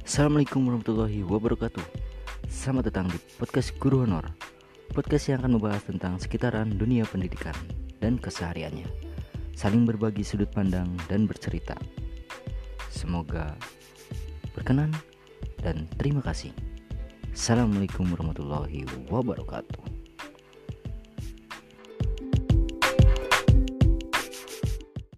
Assalamualaikum warahmatullahi wabarakatuh. Selamat datang di podcast Guru Honor. Podcast yang akan membahas tentang sekitaran dunia pendidikan dan kesehariannya, saling berbagi sudut pandang dan bercerita. Semoga berkenan dan terima kasih. Assalamualaikum warahmatullahi wabarakatuh.